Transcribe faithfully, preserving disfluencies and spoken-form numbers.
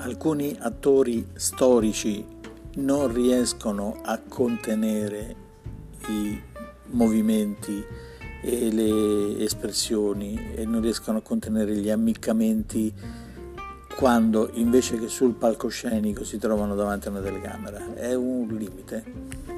alcuni attori storici non riescono a contenere i movimenti e le espressioni e non riescono a contenere gli ammiccamenti quando invece che sul palcoscenico si trovano davanti a una telecamera. È un limite.